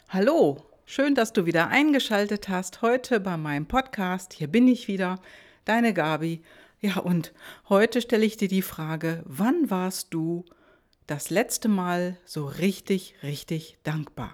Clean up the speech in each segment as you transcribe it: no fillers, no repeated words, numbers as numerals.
Hallo, schön, dass du wieder eingeschaltet hast heute bei meinem Podcast. Hier bin ich wieder, deine Gabi. Ja, und heute stelle ich dir die Frage, wann warst du das letzte Mal so richtig, richtig dankbar?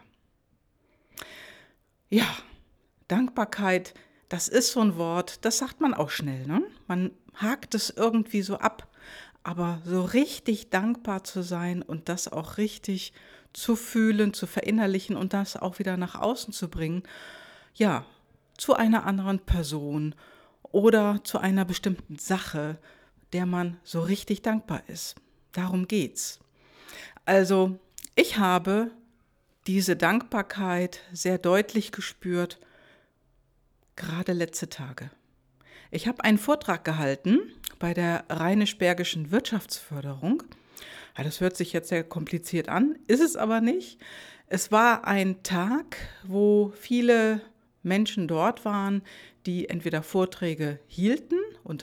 Ja, Dankbarkeit, das ist so ein Wort, das sagt man auch schnell, ne? Man hakt es irgendwie so ab, aber so richtig dankbar zu sein und das auch richtig zu fühlen, zu verinnerlichen und das auch wieder nach außen zu bringen, ja, zu einer anderen Person oder zu einer bestimmten Sache, der man so richtig dankbar ist. Darum geht's. Also, ich habe diese Dankbarkeit sehr deutlich gespürt, gerade letzte Tage. Ich habe einen Vortrag gehalten bei der Rheinisch-Bergischen Wirtschaftsförderung. Ja, das hört sich jetzt sehr kompliziert an, ist es aber nicht. Es war ein Tag, wo viele Menschen dort waren, die entweder Vorträge hielten,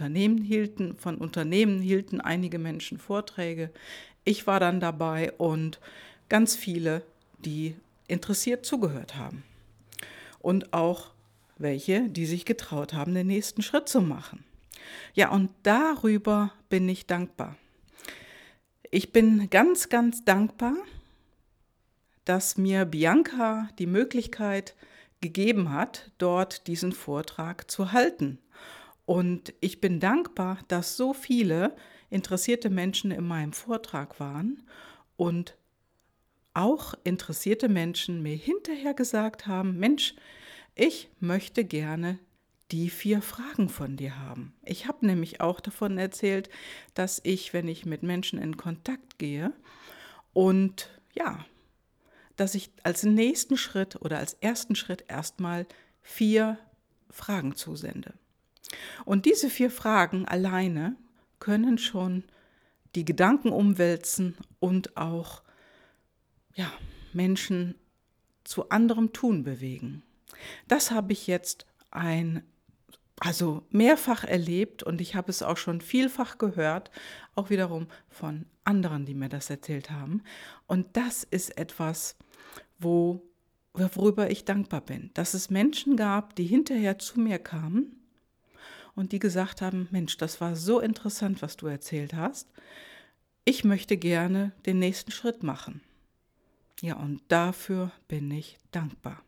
von Unternehmen hielten einige Menschen Vorträge. Ich war dann dabei und ganz viele, die interessiert zugehört haben. Und auch welche, die sich getraut haben, den nächsten Schritt zu machen. Ja, und darüber bin ich dankbar. Ich bin ganz, ganz dankbar, dass mir Bianca die Möglichkeit gegeben hat, dort diesen Vortrag zu halten. Und ich bin dankbar, dass so viele interessierte Menschen in meinem Vortrag waren und auch interessierte Menschen mir hinterher gesagt haben, Mensch, ich möchte gerne die 4 Fragen von dir haben. Ich habe nämlich auch davon erzählt, dass ich, wenn ich mit Menschen in Kontakt gehe und ja, dass ich als nächsten Schritt oder als ersten Schritt erstmal 4 Fragen zusende. Und diese 4 Fragen alleine können schon die Gedanken umwälzen und auch ja, Menschen zu anderem Tun bewegen. Das habe ich jetzt mehrfach erlebt und ich habe es auch schon vielfach gehört, auch wiederum von anderen, die mir das erzählt haben. Und das ist etwas, worüber ich dankbar bin, dass es Menschen gab, die hinterher zu mir kamen und die gesagt haben, Mensch, das war so interessant, was du erzählt hast. Ich möchte gerne den nächsten Schritt machen. Ja, und dafür bin ich dankbar.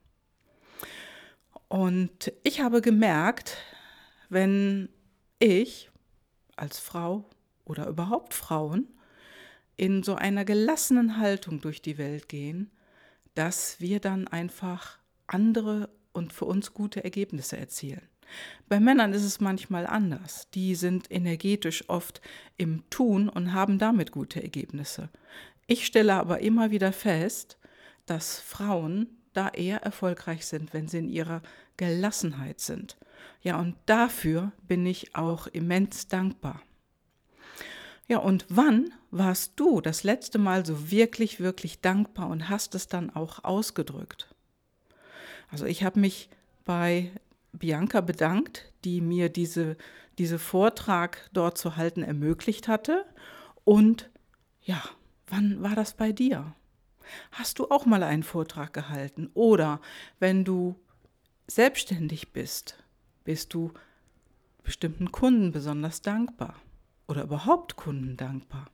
Und ich habe gemerkt, wenn ich als Frau oder überhaupt Frauen in so einer gelassenen Haltung durch die Welt gehen, dass wir dann einfach andere und für uns gute Ergebnisse erzielen. Bei Männern ist es manchmal anders. Die sind energetisch oft im Tun und haben damit gute Ergebnisse. Ich stelle aber immer wieder fest, dass Frauen da eher erfolgreich sind, wenn sie in ihrer Gelassenheit sind. Ja, und dafür bin ich auch immens dankbar. Ja, und wann warst du das letzte Mal so wirklich, wirklich dankbar und hast es dann auch ausgedrückt? Also ich habe mich bei Bianca bedankt, die mir diese Vortrag dort zu halten ermöglicht hatte. Und ja, wann war das bei dir? Hast du auch mal einen Vortrag gehalten? Oder wenn du selbstständig bist, bist du bestimmten Kunden besonders dankbar oder überhaupt Kunden dankbar?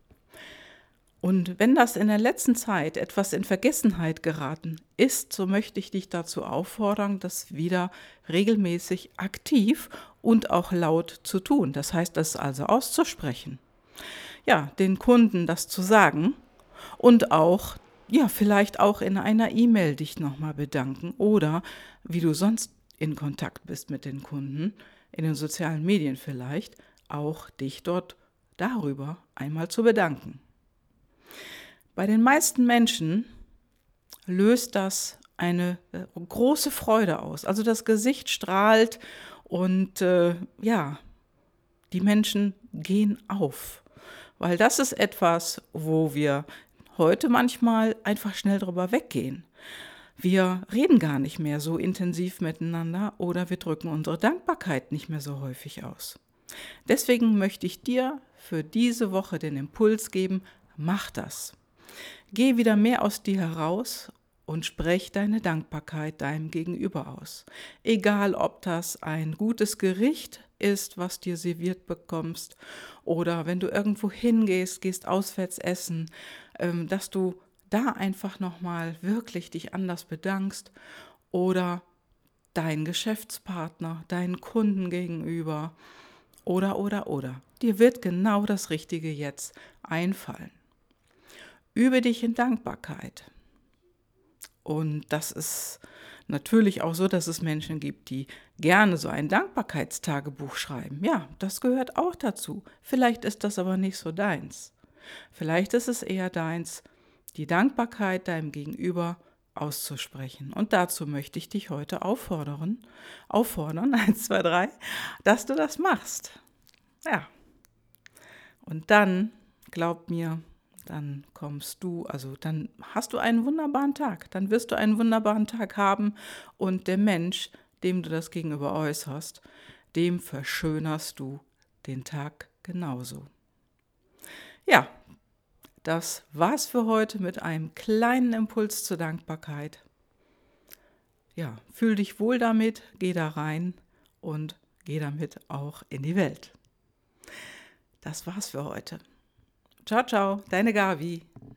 Und wenn das in der letzten Zeit etwas in Vergessenheit geraten ist, so möchte ich dich dazu auffordern, das wieder regelmäßig aktiv und auch laut zu tun. Das heißt, das also auszusprechen. Ja, den Kunden das zu sagen und auch, ja, vielleicht auch in einer E-Mail dich nochmal bedanken oder wie du sonst in Kontakt bist mit den Kunden, in den sozialen Medien vielleicht, auch dich dort darüber einmal zu bedanken. Bei den meisten Menschen löst das eine große Freude aus. Also das Gesicht strahlt und die Menschen gehen auf. Weil das ist etwas, wo wir heute manchmal einfach schnell drüber weggehen. Wir reden gar nicht mehr so intensiv miteinander oder wir drücken unsere Dankbarkeit nicht mehr so häufig aus. Deswegen möchte ich dir für diese Woche den Impuls geben, mach das. Geh wieder mehr aus dir heraus und sprech deine Dankbarkeit deinem Gegenüber aus. Egal, ob das ein gutes Gericht ist, was dir serviert bekommst, oder wenn du irgendwo hingehst, gehst auswärts essen, dass du da einfach nochmal wirklich dich anders bedankst, oder dein Geschäftspartner, deinen Kunden gegenüber, oder. Dir wird genau das Richtige jetzt einfallen. Übe dich in Dankbarkeit. Und das ist natürlich auch so, dass es Menschen gibt, die gerne so ein Dankbarkeitstagebuch schreiben. Ja, das gehört auch dazu. Vielleicht ist das aber nicht so deins. Vielleicht ist es eher deins, die Dankbarkeit deinem Gegenüber auszusprechen. Und dazu möchte ich dich heute auffordern, 1, 2, 3, dass du das machst. Ja, und dann, glaub mir, dann dann hast du einen wunderbaren Tag. Dann wirst du einen wunderbaren Tag haben und der Mensch, dem du das gegenüber äußerst, dem verschönerst du den Tag genauso. Ja, das war's für heute mit einem kleinen Impuls zur Dankbarkeit. Ja, fühl dich wohl damit, geh da rein und geh damit auch in die Welt. Das war's für heute. Ciao, ciao, deine Gabi.